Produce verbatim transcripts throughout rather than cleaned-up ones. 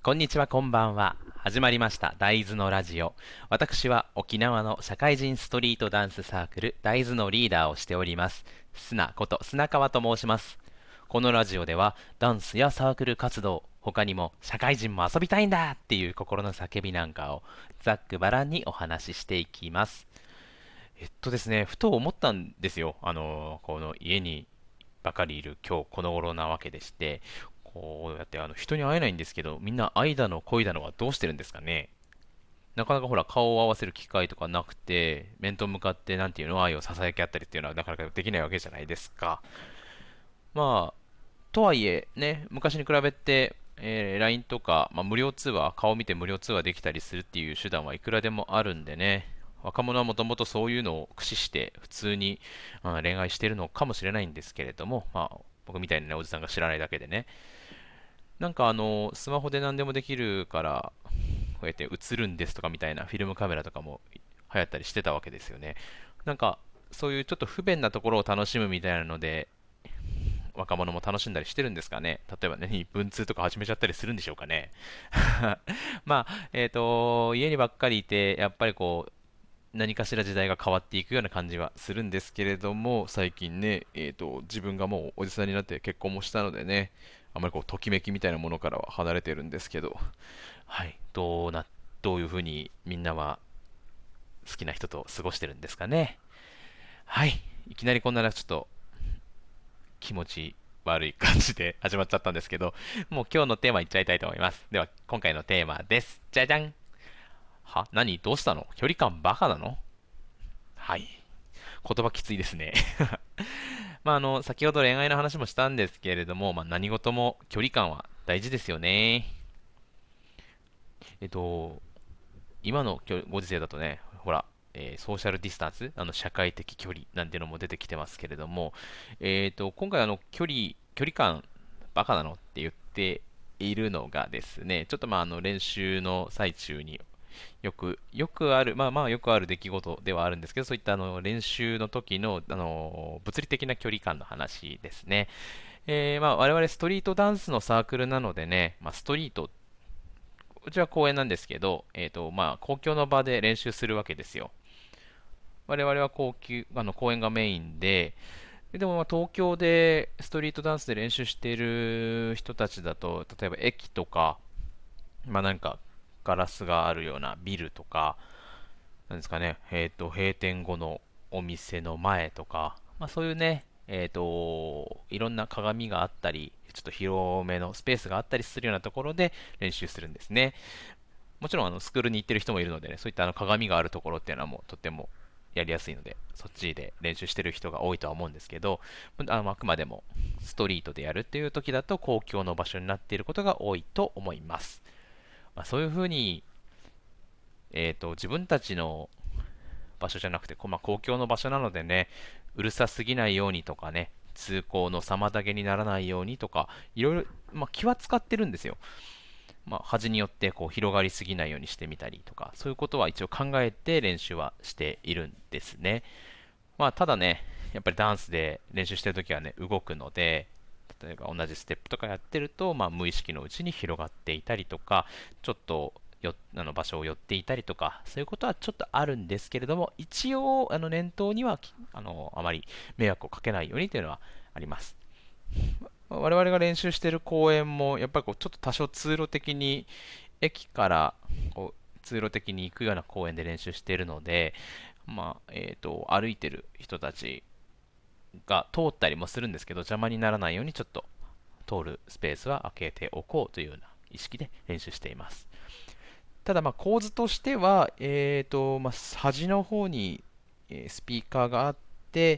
こんにちは、こんばんは。始まりました、大豆のラジオ。私は沖縄の社会人ストリートダンスサークル、大豆のリーダーをしております。砂こと砂川と申します。このラジオでは、ダンスやサークル活動、他にも社会人も遊びたいんだっていう心の叫びなんかをざっくばらんにお話ししていきます。えっとですね、ふと思ったんですよ。あの、この家にばかりいる今日この頃なわけでして、こうやってあの人に会えないんですけど、みんな愛だの恋だのはどうしてるんですかね。なかなかほら顔を合わせる機会とかなくて、面と向かってなんていうの愛を囁き合ったりっていうのはなかなかできないわけじゃないですか。まあ、とはいえね、昔に比べて、えー ライン とか、まあ、無料通話、顔を見て無料通話できたりするっていう手段はいくらでもあるんでね、若者はもともとそういうのを駆使して普通に、まあ恋愛してるのかもしれないんですけれども、まあ、僕みたいな、ね、おじさんが知らないだけでね、なんかあの、スマホで何でもできるから、こうやって映るんですとかみたいなフィルムカメラとかも流行ったりしてたわけですよね。なんか、そういうちょっと不便なところを楽しむみたいなので、若者も楽しんだりしてるんですかね。例えばね、文通とか始めちゃったりするんでしょうかね。まあ、えっと、家にばっかりいて、やっぱりこう、何かしら時代が変わっていくような感じはするんですけれども、最近ね、えーと、自分がもうおじさんになって結婚もしたのでね、あまりこう、ときめきみたいなものからは離れてるんですけど、はい、どうな、どういうふうにみんなは好きな人と過ごしてるんですかね。はい、いきなりこんなちょっと気持ち悪い感じで始まっちゃったんですけど、もう今日のテーマいっちゃいたいと思います。では、今回のテーマです。じゃじゃん。は何どうしたの？距離感バカなの？はい。言葉きついですね。まあ、あの、先ほど恋愛の話もしたんですけれども、まあ、何事も距離感は大事ですよね。えっと、今のきょご時世だとね、ほら、えーソーシャルディスタンス、あの社会的距離なんていうのも出てきてますけれども、えっと、今回あの距離、距離感バカなのって言っているのがですね、ちょっとまああの練習の最中によく、よくある、まあまあよくある出来事ではあるんですけど、そういったあの練習の時の、あの物理的な距離感の話ですね。えーまあ我々ストリートダンスのサークルなのでね、まあ、ストリート、うちは公園なんですけど、えーとまあ、公共の場で練習するわけですよ。我々は公共あの公園がメインで、でもまあ東京でストリートダンスで練習している人たちだと、例えば駅とか、まあなんかガラスがあるようなビルとか、なんですかね、えっと、閉店後のお店の前とか、まあそういうね、えっと、いろんな鏡があったり、ちょっと広めのスペースがあったりするようなところで練習するんですね。もちろんあのスクールに行ってる人もいるのでね、そういったあの鏡があるところっていうのはもうとってもやりやすいので、そっちで練習してる人が多いとは思うんですけど、あのあくまでもストリートでやるっていう時だと公共の場所になっていることが多いと思います。まあ、そういうふうに、えーと、自分たちの場所じゃなくて、こまあ、公共の場所なのでね、うるさすぎないようにとかね、通行の妨げにならないようにとか、いろいろ、まあ、気は使ってるんですよ。まあ、端によってこう広がりすぎないようにしてみたりとか、そういうことは一応考えて練習はしているんですね。まあ、ただね、やっぱりダンスで練習してるときはね、動くので、例えば同じステップとかやってると、まあ、無意識のうちに広がっていたりとか、ちょっとよあの場所を寄っていたりとか、そういうことはちょっとあるんですけれども、一応、あの念頭にはあのあまり迷惑をかけないようにというのはあります。我々が練習している公園も、やっぱりこうちょっと多少通路的に、駅からこう通路的に行くような公園で練習しているので、まあえー、と歩いてる人たちが通ったりもするんですけど、邪魔にならないようにちょっと通るスペースは開けておこうというような意識で練習しています。ただ、まあ構図としては、えーとまあ、端の方にえースピーカーがあって、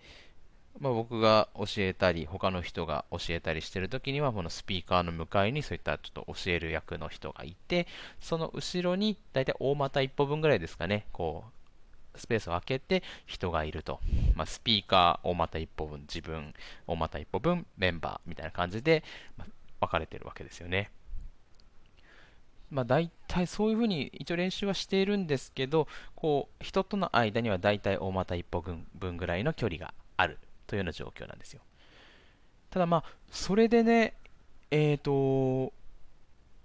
まあ、僕が教えたり、他の人が教えたりしてるときには、このスピーカーの向かいにそういったちょっと教える役の人がいて、その後ろにだいたい大股一歩分ぐらいですかね、こう、スペースを空けて人がいると。まあ、スピーカー大股一歩分、自分大股一歩分、メンバーみたいな感じで、まあ分かれてるわけですよね。まあ、大体そういうふうに一応練習はしているんですけど、こう人との間には大体大股一歩分分ぐらいの距離があるというような状況なんですよ。ただまあ、それでね、えーと、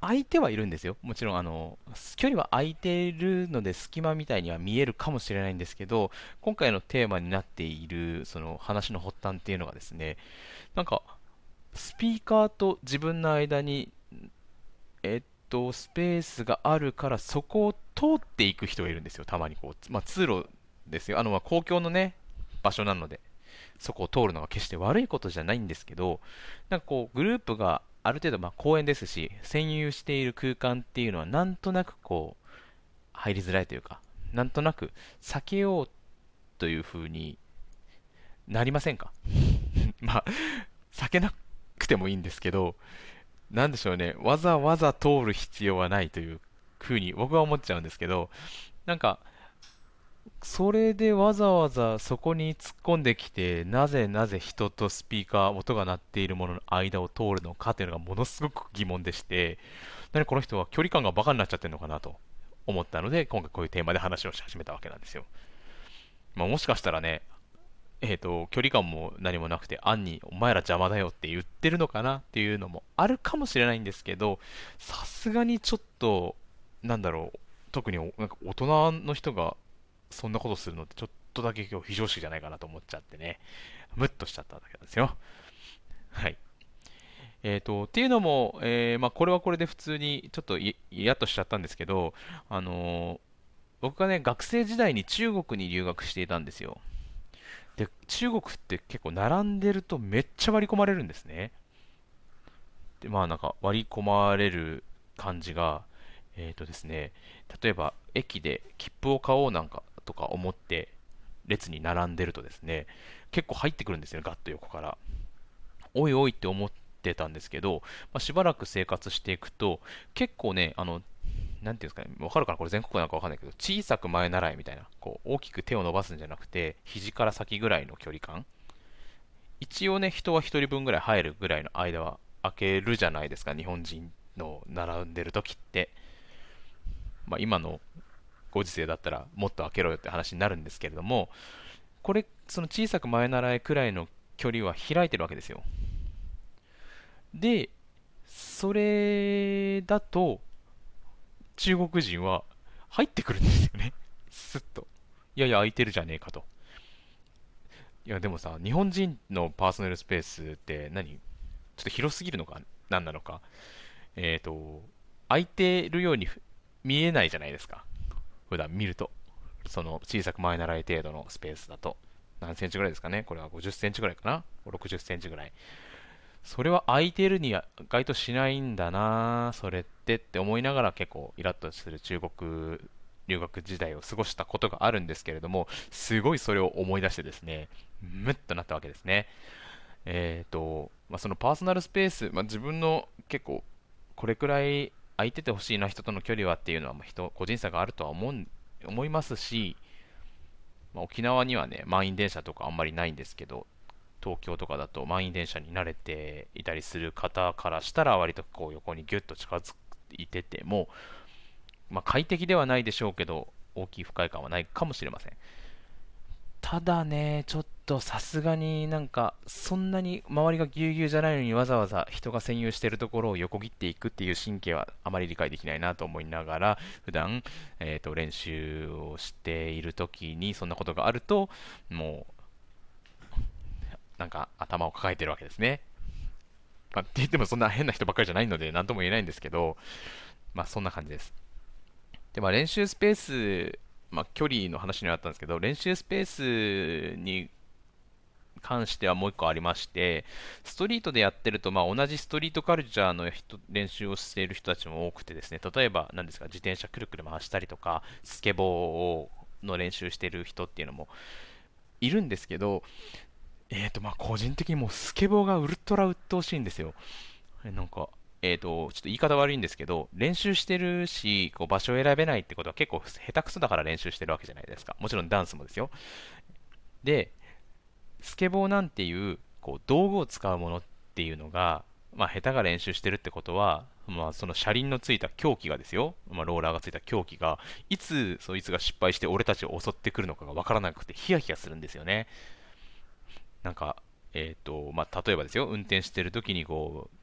空いてはいるんですよ。もちろん、あの、距離は空いているので、隙間みたいには見えるかもしれないんですけど、今回のテーマになっている、その話の発端っていうのがですね、なんか、スピーカーと自分の間に、えっと、スペースがあるから、そこを通っていく人がいるんですよ、たまにこう、まあ、通路ですよ。あの、まあ公共のね、場所なので、そこを通るのが決して悪いことじゃないんですけど、なんかこう、グループがある程度、まあ公園ですし、占有している空間っていうのは、なんとなくこう、入りづらいというか、なんとなく避けようという風になりませんか？まあ、避けなくてもいいんですけど、なんでしょうね、わざわざ通る必要はないという風に僕は思っちゃうんですけど、なんか、それでわざわざそこに突っ込んできて、なぜなぜ人とスピーカー、音が鳴っているものの間を通るのかというのがものすごく疑問でして、何この人は距離感がバカになっちゃってるのかなと思ったので、今回こういうテーマで話をし始めたわけなんですよ。まあ、もしかしたらね、えーと、距離感も何もなくて、暗にお前ら邪魔だよって言ってるのかなっていうのもあるかもしれないんですけど、さすがにちょっと、なんだろう、特におなんか大人の人がそんなことするのってちょっとだけ今日非常識じゃないかなと思っちゃってね、ムッとしちゃったわけなんですよ。はい。えーと、っていうのも、えーまあ、これはこれで普通にちょっといイラッとしちゃったんですけど、あのー僕がね、学生時代に中国に留学していたんですよ。で、中国って結構並んでるとめっちゃ割り込まれるんですね。で、まあなんか割り込まれる感じが、えーとですね、例えば駅で切符を買おうなんかとか思って列に並んでるとですね、結構入ってくるんですよ、ガッと横から。おいおいって思ってたんですけど、まあ、しばらく生活していくと、結構ね、あの、なんていうんですかね、わかるかな、これ全国なんかわかんないけど、小さく前習いみたいな、こう大きく手を伸ばすんじゃなくて、肘から先ぐらいの距離感。一応ね、人は一人分ぐらい入るぐらいの間は開けるじゃないですか、日本人の並んでる時って。まあ、今のご時世だったらもっと開けろよって話になるんですけれども、これ、その小さく前習いくらいの距離は開いてるわけですよ。で、それだと中国人は入ってくるんですよね。スッと。いやいや、空いてるじゃねえかと。いや、でもさ、日本人のパーソナルスペースって何ちょっと広すぎるのか何なのか。えっと、空いてるように見えないじゃないですか。普段見ると。その小さく前習い程度のスペースだと。何センチぐらいですかね。これはごじゅっセンチぐらいかな。ろくじゅっセンチぐらい。それは空いてるには該当しないんだな、それってって思いながら結構イラッとする中国留学時代を過ごしたことがあるんですけれども、すごいそれを思い出してですね、ムッとなったわけですね。えーと、まあ、そのパーソナルスペース、まあ、自分の結構これくらい空いててほしいな人との距離はっていうのはまあ人個人差があるとは思う思いますし、まあ、沖縄にはね満員電車とかあんまりないんですけど、東京とかだと満員電車に慣れていたりする方からしたら割とこう横にギュッと近づいてても、まあ、快適ではないでしょうけど大きい不快感はないかもしれません。ただね、ちょっとさすがになんかそんなに周りがぎゅうぎゅうじゃないのにわざわざ人が占有しているところを横切っていくっていう神経はあまり理解できないなと思いながら普段、えーと練習をしている時にそんなことがあるともうなんか頭を抱えてるわけですね。まあ、って言ってもそんな変な人ばっかりじゃないので何とも言えないんですけど、まあそんな感じです。で、まあ練習スペース、まあ距離の話にはあったんですけど、練習スペースに関してはもう一個ありまして、ストリートでやってると、まあ同じストリートカルチャーの人練習をしている人たちも多くてですね、例えば何ですか、自転車くるくる回したりとか、スケボーをの練習している人っていうのもいるんですけど、えーとまあ個人的にもうスケボーがウルトラ鬱陶しいんですよ。えなんか、えーと、ちょっと言い方悪いんですけど、練習してるし、こう場所を選べないってことは結構下手くそだから練習してるわけじゃないですか。もちろんダンスもですよ。で、スケボーなんていう、こう道具を使うものっていうのが、まあ、下手が練習してるってことは、まあ、その車輪のついた凶器がですよ、まあ、ローラーがついた凶器が、いつそいつが失敗して俺たちを襲ってくるのかがわからなくてヒヤヒヤするんですよね。なんか、えーとまあ、例えばですよ、運転してる時にこう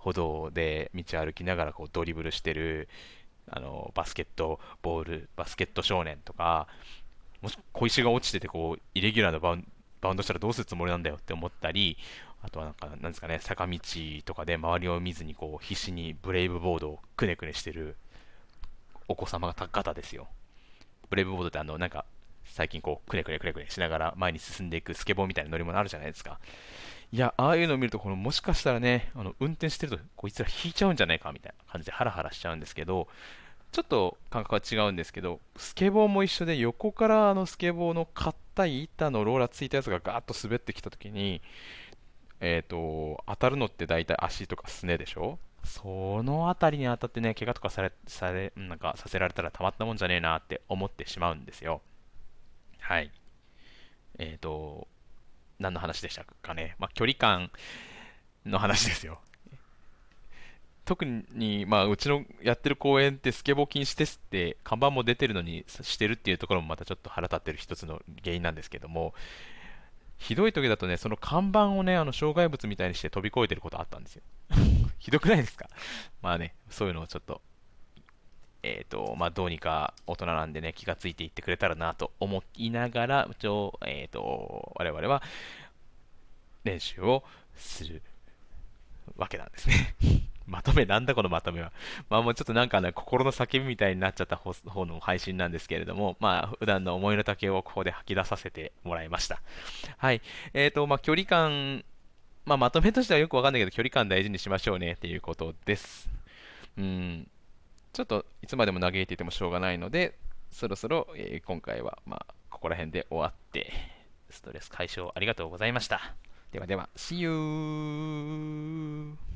歩道で道歩きながらこうドリブルしてるあのバスケットボール、バスケット少年とか、もし小石が落ちててこうイレギュラーなバウン、バウンドしたらどうするつもりなんだよって思ったり、あとはなんか、なんですかね、坂道とかで周りを見ずにこう必死にブレイブボードをくねくねしてるお子様方ですよ。ブレイブボードってあの、なんか、最近こう、くねくねくねくねしながら前に進んでいくスケボーみたいな乗り物あるじゃないですか。いや、ああいうのを見ると、このもしかしたらね、あの運転してると、こいつら引いちゃうんじゃないかみたいな感じでハラハラしちゃうんですけど、ちょっと感覚は違うんですけど、スケボーも一緒で、横からあのスケボーの硬い板のローラーついたやつがガーッと滑ってきたときに、えっと、当たるのって大体足とかすねでしょ。そのあたりに当たってね、怪我とかされ、され、なんかさせられたらたまったもんじゃねえなって思ってしまうんですよ。はい。えっと、何の話でしたかね。まあ、距離感の話ですよ。特に、まあ、うちのやってる公園ってスケボー禁止ですって看板も出てるのにしてるっていうところもまたちょっと腹立ってる一つの原因なんですけども、ひどい時だとね、その看板をね、あの障害物みたいにして飛び越えてることあったんですよ。ひどくないですか？まあね、そういうのをちょっと、えっと、まあ、どうにか大人なんでね、気がついていってくれたらなと思いながら、一応、えっと、我々は練習をするわけなんですね。まとめ、なんだこのまとめは。まあもうちょっとなんかね、心の叫びみたいになっちゃった方方の配信なんですけれども、まあ普段の思いの丈をここで吐き出させてもらいました。はい。えっと、まあ距離感、まあまとめとしてはよくわかんないけど、距離感大事にしましょうねっていうことです。うん。ちょっといつまでも嘆いていてもしょうがないので、そろそろ、えー今回はまあここら辺で終わって、ストレス解消ありがとうございました。ではでは、See you!